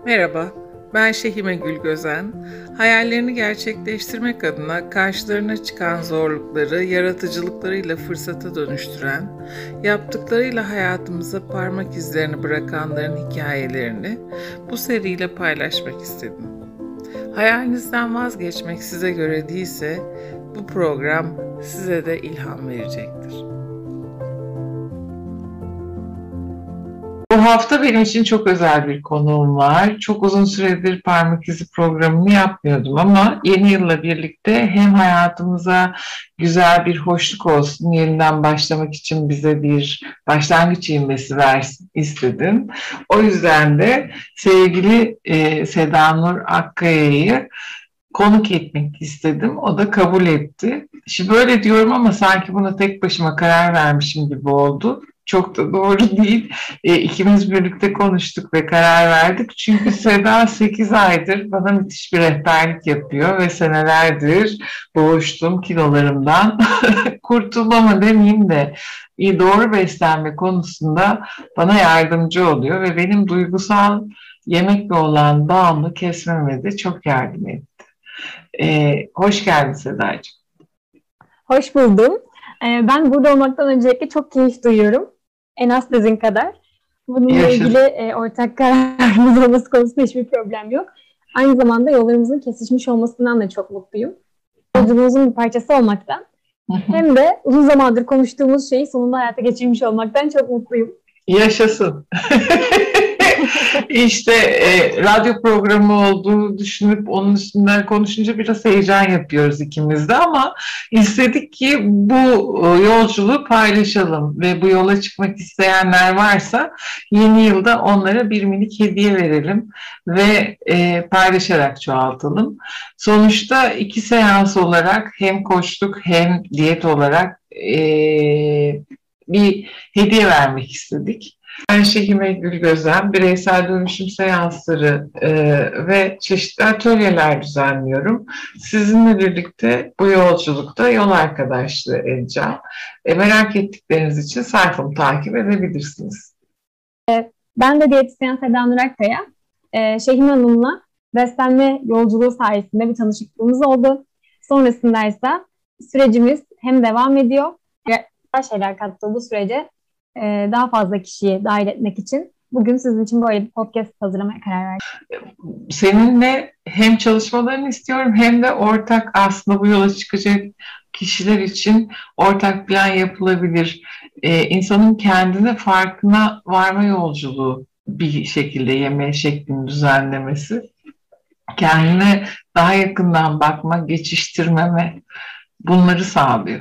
Merhaba, ben Şehime Gülgözen. Hayallerini gerçekleştirmek adına karşılarına çıkan zorlukları yaratıcılıklarıyla fırsata dönüştüren, yaptıklarıyla hayatımıza parmak izlerini bırakanların hikayelerini bu seriyle paylaşmak istedim. Hayalinizden vazgeçmek size göre değilse bu program size de ilham verecektir. Bu hafta benim için çok özel bir konuğum var. Çok uzun süredir parmak izi programını yapmıyordum ama yeni yılla birlikte hem hayatımıza güzel bir hoşluk olsun, yeniden başlamak için bize bir başlangıç ivmesi versin istedim. O yüzden de sevgili Seda Nur Akkaya'yı konuk etmek istedim. O da kabul etti. Şimdi böyle diyorum ama sanki buna tek başıma karar vermişim gibi oldu. Çok da doğru değil. İkimiz birlikte konuştuk ve karar verdik. Çünkü Seda 8 aydır bana müthiş bir rehberlik yapıyor ve senelerdir boğuştum kilolarımdan. Kurtulama demeyeyim de doğru beslenme konusunda bana yardımcı oluyor ve benim duygusal yemekle olan bağımı kesmeme de çok yardım etti. Hoş geldin Sedacığım. Hoş buldum. Ben burada olmaktan öncelikle çok keyif duyuyorum. En az sizin kadar. Bununla ilgili ortak kararımız olması konusunda hiçbir problem yok. Aynı zamanda yollarımızın kesişmiş olmasından da çok mutluyum. Yolculuğumuzun bir parçası olmaktan. Hem de uzun zamandır konuştuğumuz şeyi sonunda hayata geçirmiş olmaktan çok mutluyum. Yaşasın. İşte radyo programı olduğunu düşünüp onun üstünden konuşunca biraz heyecan yapıyoruz ikimiz de ama istedik ki bu yolculuğu paylaşalım ve bu yola çıkmak isteyenler varsa yeni yılda onlara bir minik hediye verelim ve paylaşarak çoğaltalım. Sonuçta 2 seans olarak hem koçluk hem diyet olarak bir hediye vermek istedik. Ben Şehime Gülgözen, bireysel dönüşüm seansları ve çeşitli atölyeler düzenliyorum. Sizinle birlikte bu yolculukta yol arkadaşlığı edeceğim. Merak ettikleriniz için sayfamı takip edebilirsiniz. Ben de diyetisyen Seda Nur Akkaya. Şehime Hanım'la beslenme yolculuğu sayesinde bir tanışıklığımız oldu. Sonrasında ise sürecimiz hem devam ediyor ve güzel şeyler kattı bu sürece. Daha fazla kişiyi dahil etmek için bugün sizin için böyle bir podcast hazırlamaya karar verdim. Seninle hem çalışmalarını istiyorum hem de ortak aslında bu yola çıkacak kişiler için ortak plan yapılabilir. İnsanın kendine farkına varma yolculuğu bir şekilde yeme şeklini düzenlemesi. Kendine daha yakından bakma, geçiştirmeme bunları sağlıyor.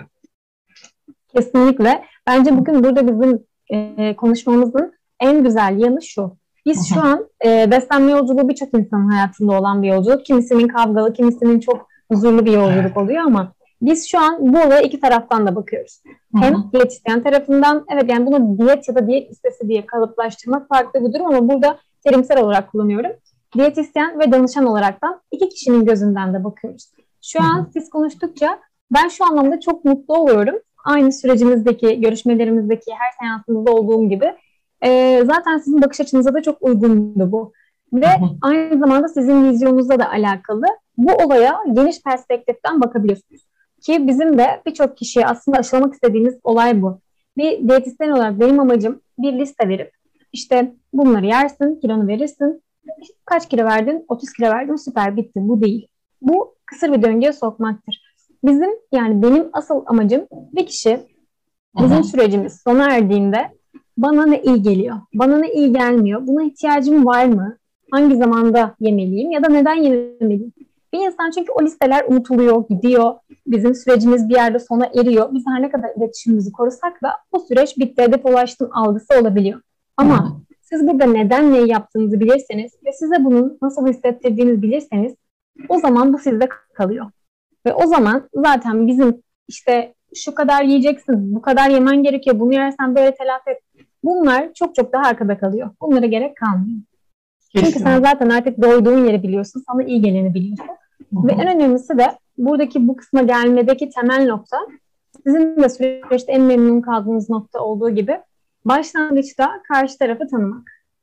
Kesinlikle. Bence bugün burada bizim konuşmamızın en güzel yanı şu. Biz şu an beslenme yolculuğu birçok insanın hayatında olan bir yolculuk. Kimisinin kavgalı, kimisinin çok huzurlu bir yolculuk oluyor ama biz şu an bu olaya 2 taraftan da bakıyoruz. Hem diyetisyen tarafından, evet yani bunu diyet ya da diyet listesi diye kalıplaştırmak farklı bir durum ama burada terimsel olarak kullanıyorum. Diyetisyen ve danışan olaraktan 2 kişinin gözünden de bakıyoruz. Şu an siz konuştukça ben şu anlamda çok mutlu oluyorum. Aynı sürecimizdeki, görüşmelerimizdeki her seansımızda olduğum gibi. Zaten sizin bakış açınıza da çok uygundu bu. Ve aynı zamanda sizin vizyonunuzla da alakalı bu olaya geniş perspektiften bakabiliyorsunuz. Ki bizim de birçok kişiye aslında aşılamak istediğimiz olay bu. Bir diyetisyen olarak benim amacım bir liste verip işte bunları yersin, kilonu verirsin. Kaç kilo verdin? 30 kilo verdin, süper, bitti. Bu değil. Bu kısır bir döngüye sokmaktır. Bizim yani benim asıl amacım bir kişi bizim sürecimiz sona erdiğinde bana ne iyi geliyor, bana ne iyi gelmiyor, buna ihtiyacım var mı, hangi zamanda yemeliyim ya da neden yemeliyim? Bir insan çünkü o listeler unutuluyor, gidiyor, bizim sürecimiz bir yerde sona eriyor. Biz her ne kadar iletişimimizi korusak da o süreç bitti, hedef ulaştım algısı olabiliyor. Ama siz burada neden neyi yaptığınızı bilirseniz ve size bunun nasıl hissettirdiğinizi bilirseniz o zaman bu sizde kalıyor. Ve o zaman zaten bizim işte şu kadar yiyeceksin, bu kadar yemen gerekiyor, bunu yersen böyle telafi et. Bunlar çok çok daha arkada kalıyor. Bunlara gerek kalmıyor. Kesinlikle. Çünkü sen zaten artık doyduğun yeri biliyorsun, sana iyi geleni biliyorsun. Ve en önemlisi de buradaki bu kısma gelmedeki temel nokta, sizin de süreçte en memnun kaldığınız nokta olduğu gibi başlangıçta karşı tarafı tanımak.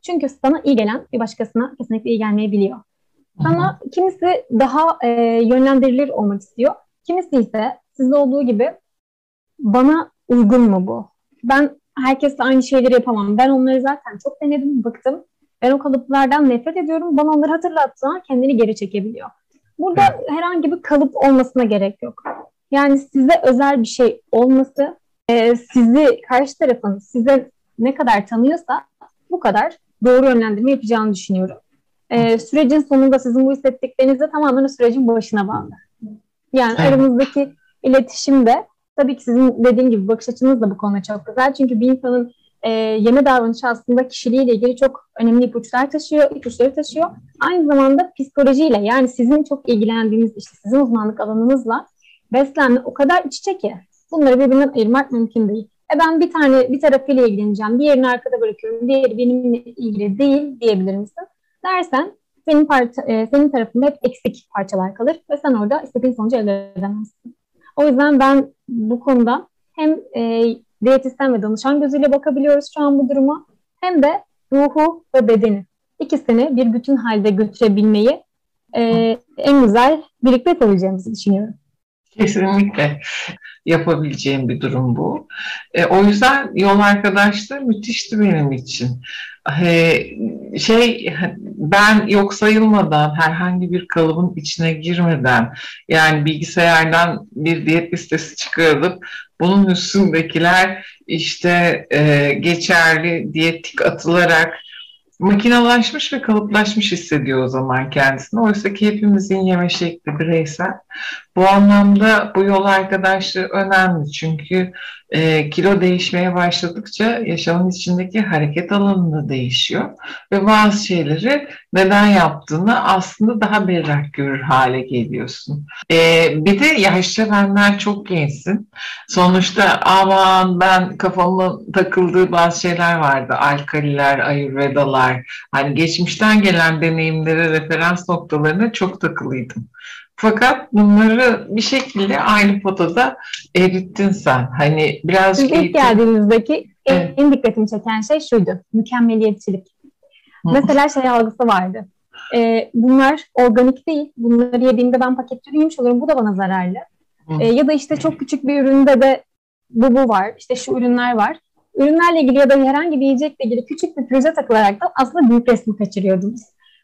Çünkü sana iyi gelen bir başkasına kesinlikle iyi gelmeyebiliyor. Sana kimisi daha yönlendirilir olmak istiyor. Kimisi ise sizde olduğu gibi bana uygun mu bu? Ben herkesle aynı şeyleri yapamam. Ben onları zaten çok denedim, bıktım. Ben o kalıplardan nefret ediyorum. Bana onları hatırlattığında kendini geri çekebiliyor. Burada herhangi bir kalıp olmasına gerek yok. Yani size özel bir şey olması, sizi karşı tarafın size ne kadar tanıyorsa bu kadar doğru yönlendirme yapacağını düşünüyorum. Sürecin sonunda sizin bu hissettikleriniz de tamamen o sürecin başına bağlı. Yani aramızdaki iletişim de tabii ki sizin dediğim gibi bakış açınız da bu konuda çok güzel. Çünkü bir insanın yeme davranışı aslında kişiliğiyle ilgili çok önemli ipuçları taşıyor. Aynı zamanda psikolojiyle, yani sizin çok ilgilendiğiniz, işte sizin uzmanlık alanınızla beslenme o kadar iç içe ki bunları birbirinden ayırmak mümkün değil. Ben bir tarafıyla ilgileneceğim, diğerini arkada bırakıyorum, diğeri benimle ilgili değil diyebilir misin? Dersen senin tarafında hep eksik parçalar kalır ve sen orada istediğin sonucu elde edemezsin. O yüzden ben bu konuda hem diyetisyen ve danışan gözüyle bakabiliyoruz şu an bu duruma, hem de ruhu ve bedeni ikisini bir bütün halde götürebilmeyi en güzel birlikte yapabileceğimizi düşünüyorum. Kesinlikle yapabileceğim bir durum bu. O yüzden yol arkadaşlığı müthişti benim için. Ben yok sayılmadan, herhangi bir kalıbın içine girmeden, yani bilgisayardan bir diyet listesi çıkarılıp bunun üstündekiler işte geçerli diyetik atılarak makinalaşmış ve kalıplaşmış hissediyor o zaman kendisini. Oysa ki hepimizin yeme şekli bireysel. Bu anlamda bu yol arkadaşlığı önemli. Çünkü kilo değişmeye başladıkça yaşamın içindeki hareket alanı da değişiyor. Ve bazı şeyleri neden yaptığını aslında daha berrak görür hale geliyorsun. Bir de yaşlı benden çok gençsin. Sonuçta aman ben kafamın takıldığı bazı şeyler vardı. Alkaliler, ayurvedalar. Hani geçmişten gelen deneyimlere, referans noktalarına çok takılıydım. Fakat bunları bir şekilde aynı potada erittin sen. Hani birazcık İlk geldiğimizdeki en dikkatimi çeken şey şuydu: mükemmeliyetçilik. Mesela şey algısı vardı. Bunlar organik değil. Bunları yediğimde ben paketleri yemiş oluyorum. Bu da bana zararlı. Ya da işte çok küçük bir üründe de bu var. İşte şu ürünler var. Ürünlerle ilgili ya da herhangi bir yiyecekle ilgili küçük bir pürüze takılarak da aslında büyük resmi kaçırıyordunuz.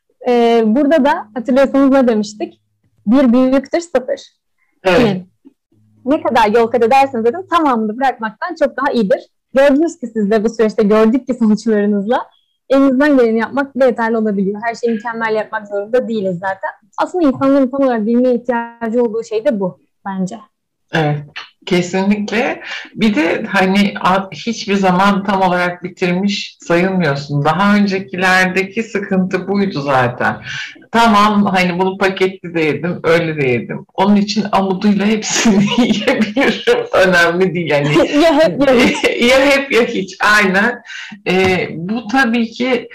Burada da hatırlıyorsanız ne demiştik? 1 büyüktür 0. Evet. Ne kadar yol kat ederseniz dedim, tamamını bırakmaktan çok daha iyidir. Gördünüz ki siz de bu süreçte gördük ki sonuçlarınızla elinizden geleni yapmak bile yeterli olabiliyor. Her şeyi mükemmel yapmak zorunda değiliz zaten. Aslında insanların tam olarak bilmeye ihtiyacı olduğu şey de bu bence. Evet. Kesinlikle. Bir de hani hiçbir zaman tam olarak bitirmiş sayılmıyorsun. Daha öncekilerdeki sıkıntı buydu zaten. Tamam, hani bunu paketli de yedim, öyle de yedim. Onun için amuduyla hepsini yiyebilirim. Önemli değil yani. Ya hep ya hiç. Ya hep ya hiç. Aynen. Bu tabii ki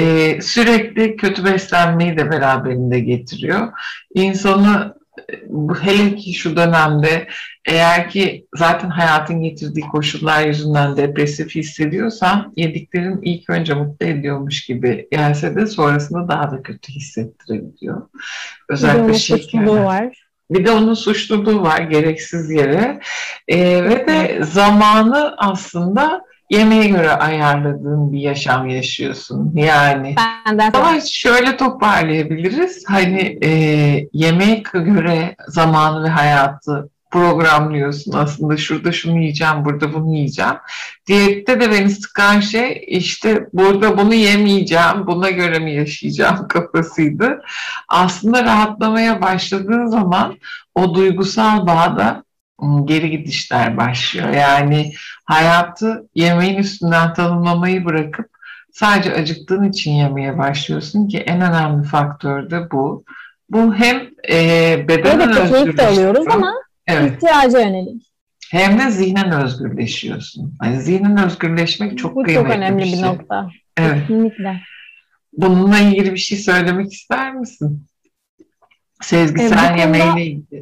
sürekli kötü beslenmeyi de beraberinde getiriyor. İnsanı hele ki şu dönemde, eğer ki zaten hayatın getirdiği koşullar yüzünden depresif hissediyorsan, yediklerin ilk önce mutlu ediyormuş gibi gelse de sonrasında daha da kötü hissettirebiliyor. Özellikle şekerler. Var. Bir de onun suçluluğu var gereksiz yere. Ve de zamanı aslında yemeğe göre ayarladığın bir yaşam yaşıyorsun. Yani ama şöyle toparlayabiliriz. Hani yemeğe göre zamanı ve hayatı programlıyorsun. Aslında şurada şunu yiyeceğim, burada bunu yiyeceğim. Diyette de beni sıkan şey işte burada bunu yemeyeceğim, buna göre mi yaşayacağım kafasıydı. Aslında rahatlamaya başladığın zaman o duygusal bağda geri gidişler başlıyor. Yani hayatı yemeğin üstünden tanımlamayı bırakıp sadece acıktığın için yemeye başlıyorsun ki en önemli faktör de bu. Bu hem bedenen özgürleşiyor alıyoruz ama ihtiyaca yönelik. Hem de zihnen özgürleşiyorsun. Yani zihnen özgürleşmek çok kıymetli çok önemli bir bir nokta. Evet. Kesinlikle. Bununla ilgili bir şey söylemek ister misin? Sezgisel yemeğiyle ilgili.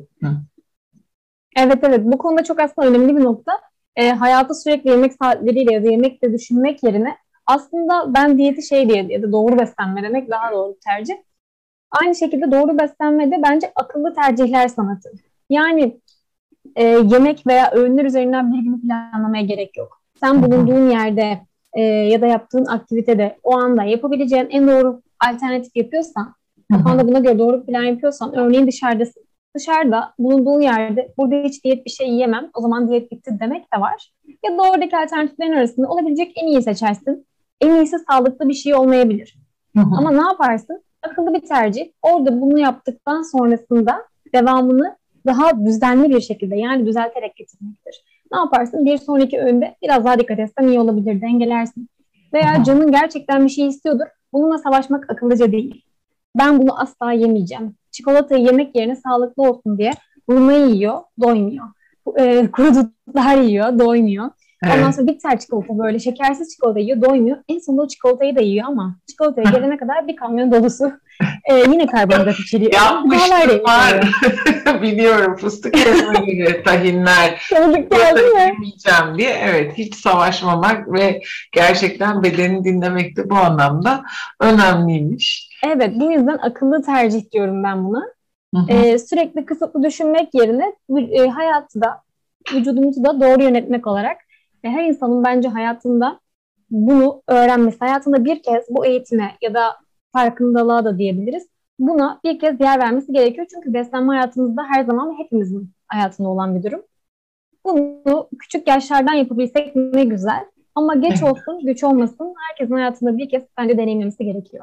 Evet. Bu konuda çok aslında önemli bir nokta. Hayatı sürekli yemek saatleriyle ya da yemekle düşünmek yerine Aslında ben diyeti şey diye ya da doğru beslenme demek daha doğru bir tercih. Aynı şekilde doğru beslenme de bence akıllı tercihler sanatı. Yani yemek veya öğünler üzerinden bir günü planlamaya gerek yok. Sen bulunduğun yerde ya da yaptığın aktivitede o anda yapabileceğin en doğru alternatif yapıyorsan, kafanda buna göre doğru plan yapıyorsan, örneğin dışarıdasın. Dışarıda bulunduğun yerde burada hiç diyet bir şey yiyemem, o zaman diyet bitti demek de var. Ya da oradaki alternatiflerin arasında olabilecek en iyi seçersin. En iyisi sağlıklı bir şey olmayabilir. Ama ne yaparsın? Akıllı bir tercih. Orada bunu yaptıktan sonrasında devamını daha düzenli bir şekilde, yani düzelterek getirmektir. Ne yaparsın? Bir sonraki öğünde biraz daha dikkat etsen iyi olabilir, dengelersin. Veya canın gerçekten bir şey istiyordur. Bununla savaşmak akıllıca değil. Ben bunu asla yemeyeceğim. Çikolatayı yemek yerine sağlıklı olsun diye hurmayı yiyor, doymuyor. Kuru dutlar yiyor, doymuyor. Ondan Evet. sonra bitter çikolata, böyle şekersiz çikolata yiyor, doymuyor. En sonunda o çikolatayı da yiyor ama çikolataya gelene kadar bir kamyon dolusu yine karbonhidrat içeriyor. Gıdalar Yapmıştım var. değiştiriyor. Biliyorum, fıstık ezmeleri, tahinler, Tanıdık çikolata geldi mi? yemeyeceğim diye. Evet, hiç savaşmamak ve gerçekten bedeni dinlemek de bu anlamda önemliymiş. Evet, bu yüzden akıllı tercih diyorum ben buna. Hı hı. Sürekli kısıtlı düşünmek yerine hayatı da, vücudumuzu da doğru yönetmek olarak her insanın bence hayatında bunu öğrenmesi, hayatında bir kez bu eğitime ya da farkındalığa da diyebiliriz. Buna bir kez yer vermesi gerekiyor. Çünkü beslenme hayatımızda her zaman hepimizin hayatında olan bir durum. Bunu küçük yaşlardan yapabilsek ne güzel. Ama geç Evet, olsun, güç olmasın. Herkesin hayatında bir kez bence deneyimlemesi gerekiyor.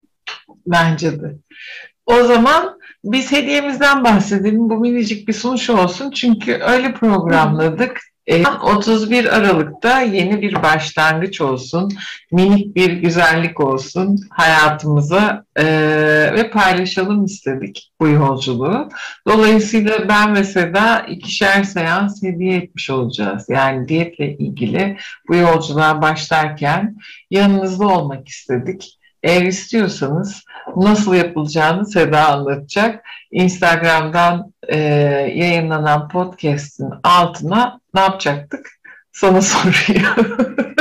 bence de. O zaman biz hediyemizden bahsedelim. Bu minicik bir sunuş olsun. Çünkü öyle Hı hı. programladık. 31 Aralık'ta yeni bir başlangıç olsun. Minik bir güzellik olsun hayatımıza ve paylaşalım istedik bu yolculuğu. Dolayısıyla ben ve Seda ikişer seans hediye etmiş olacağız. Yani diyetle ilgili bu yolculuğa başlarken yanınızda olmak istedik. Eğer istiyorsanız nasıl yapılacağını Seda anlatacak. Instagram'dan yayınlanan podcast'in altına ne yapacaktık? Sana soruyor.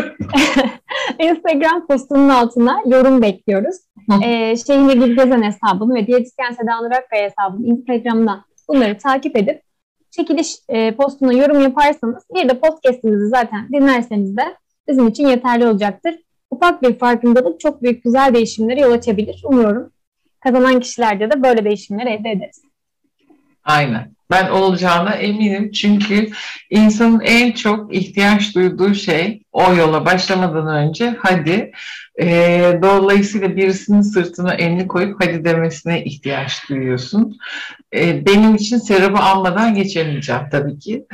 Instagram postunun altına yorum bekliyoruz. Şehine Gülgezen hesabını ve diyetisyen Seda Nur Akkaya hesabını Instagram'dan bunları takip edip çekiliş postuna yorum yaparsanız, bir de podcast'imizi zaten dinlerseniz de bizim için yeterli olacaktır. Ufak bir farkındalık çok büyük güzel değişimlere yol açabilir. Umuyorum kazanan kişilerde de böyle değişimler elde ederiz. Aynen. Ben olacağına eminim. Çünkü insanın en çok ihtiyaç duyduğu şey o yola başlamadan önce hadi. Dolayısıyla birisinin sırtına elini koyup hadi demesine ihtiyaç duyuyorsun. Benim için Serap'ı almadan geçemeyeceğim tabii ki.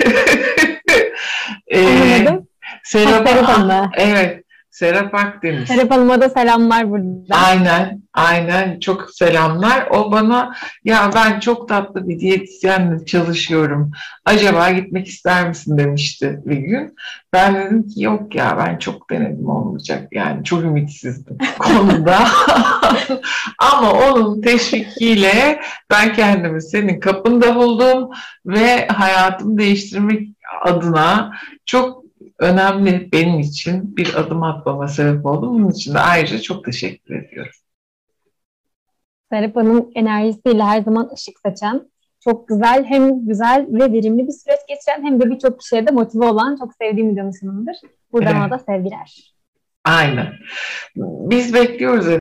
Ee, Anlamadım. Serap'a, Serap Hanım'a. evet, Serap Akdeniz. Serap Hanım'a da selamlar buradan. Aynen, aynen, çok selamlar. O bana ya ben çok tatlı bir diyetisyenle çalışıyorum. Acaba gitmek ister misin demişti bir gün. Ben dedim ki yok ya ben çok denedim olmayacak yani çok ümitsizdim konuda. Ama onun teşvikiyle ben kendimi senin kapında buldum ve hayatımı değiştirmek adına çok önemli benim için bir adım atmama sebep oldu. Bunun için de ayrıca çok teşekkür ediyorum. Serap Hanım enerjisiyle her zaman ışık saçan, çok güzel, hem güzel ve verimli bir süreç geçiren hem de birçok kişiye de motive olan çok sevdiğim bir danışanımdır. Buradan ona Evet, da sevgiler. aynen. Biz bekliyoruz